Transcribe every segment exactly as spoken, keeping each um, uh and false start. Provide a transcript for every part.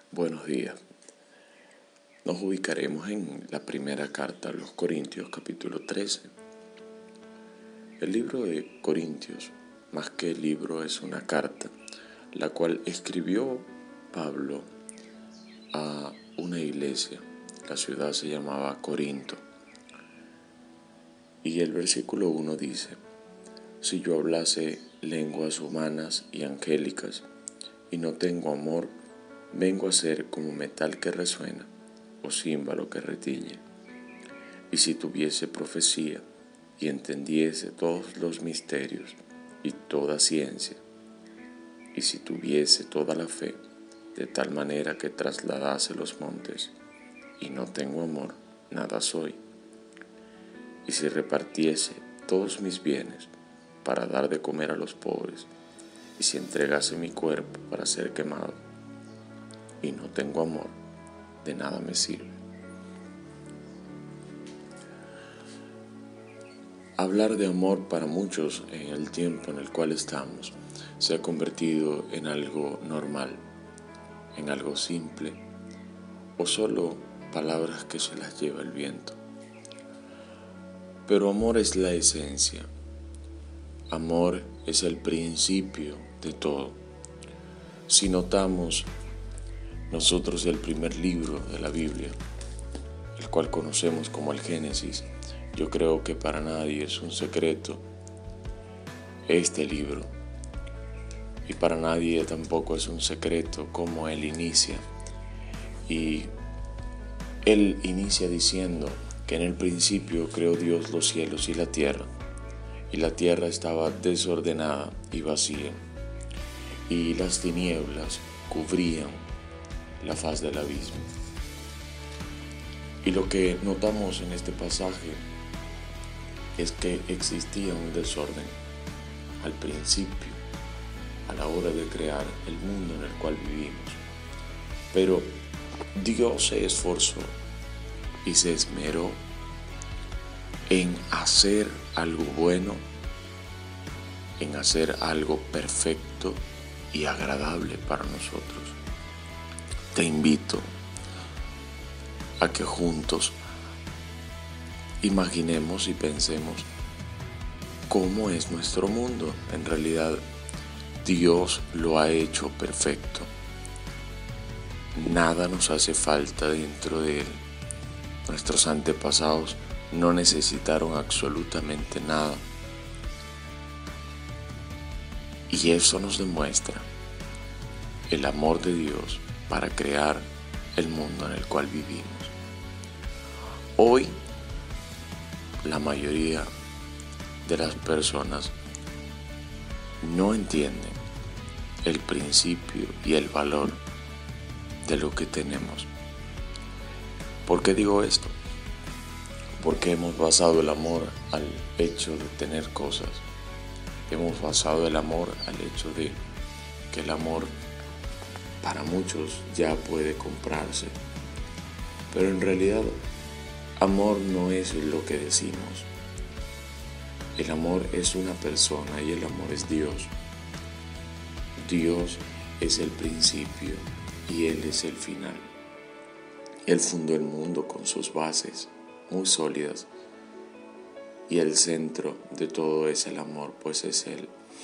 Buenos días. Nos ubicaremos en la primera carta a los Corintios, capítulo trece. El libro de Corintios, más que libro, es una carta, la cual escribió Pablo a una iglesia. La ciudad se llamaba Corinto. Y el versículo uno dice: si yo hablase lenguas humanas y angélicas, y no tengo amor, vengo a ser como metal que resuena, o címbalo que retiñe. Y si tuviese profecía, y entendiese todos los misterios, y toda ciencia, y si tuviese toda la fe, de tal manera que trasladase los montes, y no tengo amor, nada soy. Y si repartiese todos mis bienes para dar de comer a los pobres, y si entregase mi cuerpo para ser quemado, y no tengo amor, de nada me sirve. Hablar de amor para muchos en el tiempo en el cual estamos se ha convertido en algo normal, en algo simple, o solo palabras que se las lleva el viento. Pero amor es la esencia. Amor es el principio de todo. Si notamos nosotros el primer libro de la Biblia, el cual conocemos como el Génesis, yo creo que para nadie es un secreto este libro, y para nadie tampoco es un secreto cómo él inicia. Y él inicia diciendo que en el principio creó Dios los cielos y la tierra, y la tierra estaba desordenada y vacía, y las tinieblas cubrían la faz del abismo. Y lo que notamos en este pasaje es que existía un desorden al principio, a la hora de crear el mundo en el cual vivimos. Pero Dios se esforzó y se esmeró en hacer algo bueno, en hacer algo perfecto y agradable para nosotros. Te invito a que juntos imaginemos y pensemos cómo es nuestro mundo. En realidad, Dios lo ha hecho perfecto. Nada nos hace falta dentro de él. Nuestros antepasados no necesitaron absolutamente nada. Y eso nos demuestra el amor de Dios para crear el mundo en el cual vivimos. Hoy, la mayoría de las personas no entienden el principio y el valor de lo que tenemos. ¿Por qué digo esto? Porque hemos basado el amor al hecho de tener cosas. Hemos basado el amor al hecho de que el amor para muchos ya puede comprarse. Pero en realidad, amor no es lo que decimos. El amor es una persona y el amor es Dios. Dios es el principio y Él es el final. Él fundó el mundo con sus bases muy sólidas y el centro de todo es el amor, pues es Él.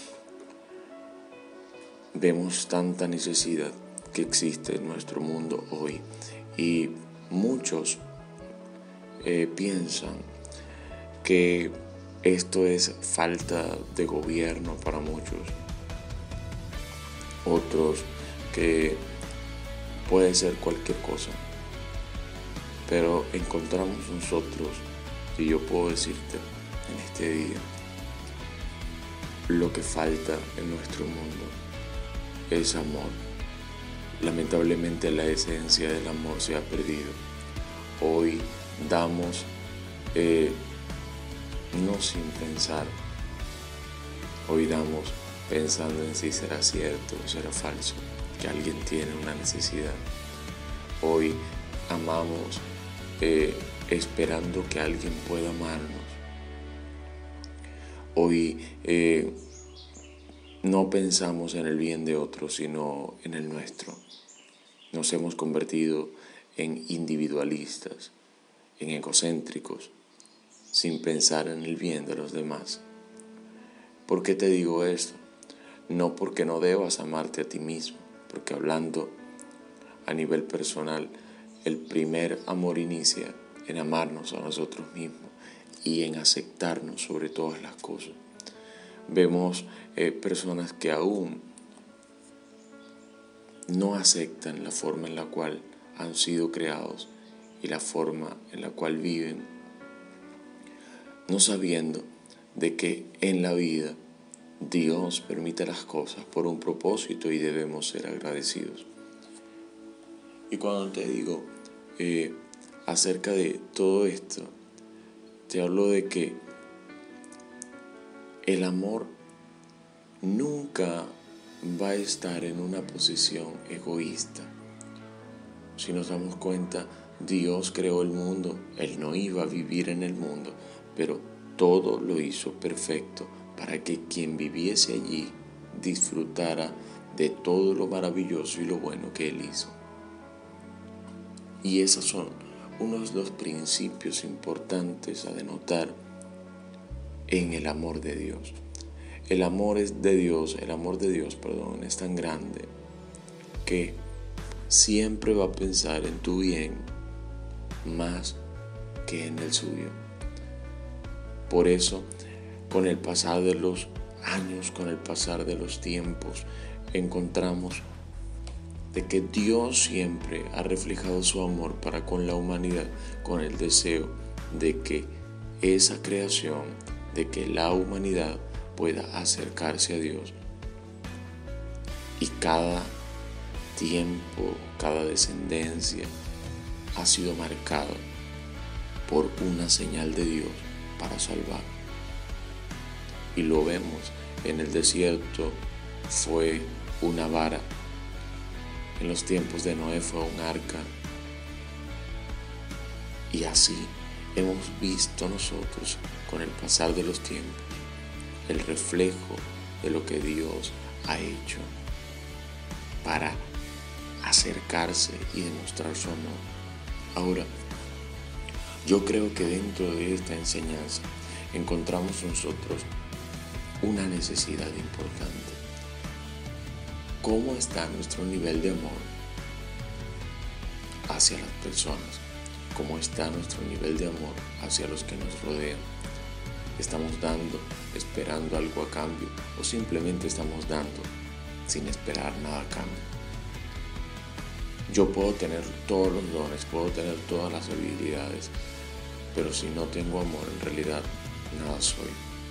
Vemos tanta necesidad que existe en nuestro mundo hoy y muchos eh, piensan que esto es falta de gobierno para muchos, otros que puede ser cualquier cosa, pero encontramos nosotros, y yo puedo decirte en este día, lo que falta en nuestro mundo es amor. Lamentablemente la esencia del amor se ha perdido. Hoy damos eh, no sin pensar, hoy damos pensando en si será cierto o será falso, que alguien tiene una necesidad. Hoy amamos eh, esperando que alguien pueda amarnos. Hoy eh, no pensamos en el bien de otros, sino en el nuestro. Nos nos hemos convertido en individualistas, en egocéntricos, sin pensar en el bien de los demás. ¿Por qué te digo esto? No porque no debas amarte a ti mismo, porque hablando a nivel personal, el primer amor inicia en amarnos a nosotros mismos y en aceptarnos sobre todas las cosas. Vemos eh, personas que aún no aceptan la forma en la cual han sido creados y la forma en la cual viven, no sabiendo de que en la vida Dios permite las cosas por un propósito y debemos ser agradecidos. Y cuando te digo eh, acerca de todo esto, te hablo de que el amor nunca va a estar en una posición egoísta. Si nos damos cuenta, Dios creó el mundo, Él no iba a vivir en el mundo, pero todo lo hizo perfecto para que quien viviese allí disfrutara de todo lo maravilloso y lo bueno que Él hizo. Y esos son unos de los principios importantes a denotar en el amor de Dios. El amor es de Dios, el amor de Dios, perdón, es tan grande que siempre va a pensar en tu bien más que en el suyo. Por eso, con el pasar de los años, con el pasar de los tiempos, encontramos de que Dios siempre ha reflejado su amor para con la humanidad, con el deseo de que esa creación, de que la humanidad pueda acercarse a Dios. Y cada tiempo, cada descendencia ha sido marcada por una señal de Dios para salvar. Y lo vemos en el desierto, fue una vara. En los tiempos de Noé fue un arca. Y así hemos visto nosotros, con el pasar de los tiempos, el reflejo de lo que Dios ha hecho para acercarse y demostrar su amor. Ahora, yo creo que dentro de esta enseñanza encontramos nosotros una necesidad importante. ¿Cómo está nuestro nivel de amor hacia las personas? ¿Cómo está nuestro nivel de amor hacia los que nos rodean? ¿Estamos dando, esperando algo a cambio, o simplemente estamos dando sin esperar nada a cambio? Yo puedo tener todos los dones, puedo tener todas las habilidades, pero si no tengo amor, en realidad nada soy.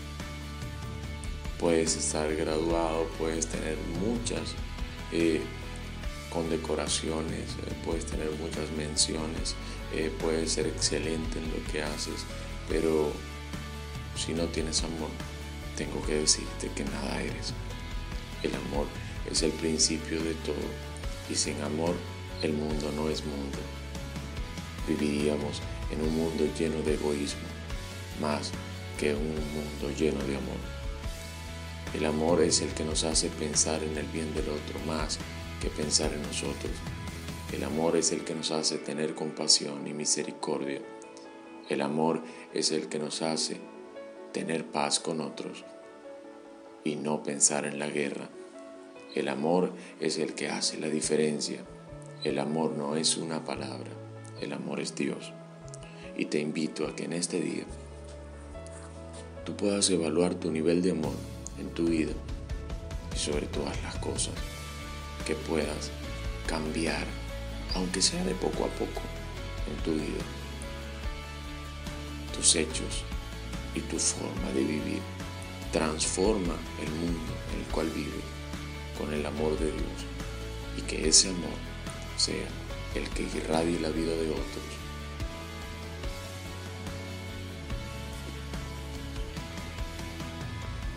Puedes estar graduado, puedes tener muchas eh, condecoraciones, eh, puedes tener muchas menciones, eh, puedes ser excelente en lo que haces, pero si no tienes amor, tengo que decirte que nada eres. El amor es el principio de todo, y sin amor el mundo no es mundo. Viviríamos en un mundo lleno de egoísmo, más que en un mundo lleno de amor. El amor es el que nos hace pensar en el bien del otro más que pensar en nosotros. El amor es el que nos hace tener compasión y misericordia. El amor es el que nos hace tener paz con otros y no pensar en la guerra. El amor es el que hace la diferencia. El amor no es una palabra, el amor es Dios. Y te invito a que en este día tú puedas evaluar tu nivel de amor en tu vida y sobre todas las cosas, que puedas cambiar, aunque sea de poco a poco, en tu vida, tus hechos y tu forma de vivir. Transforma el mundo en el cual vives con el amor de Dios, y que ese amor sea el que irradie la vida de otros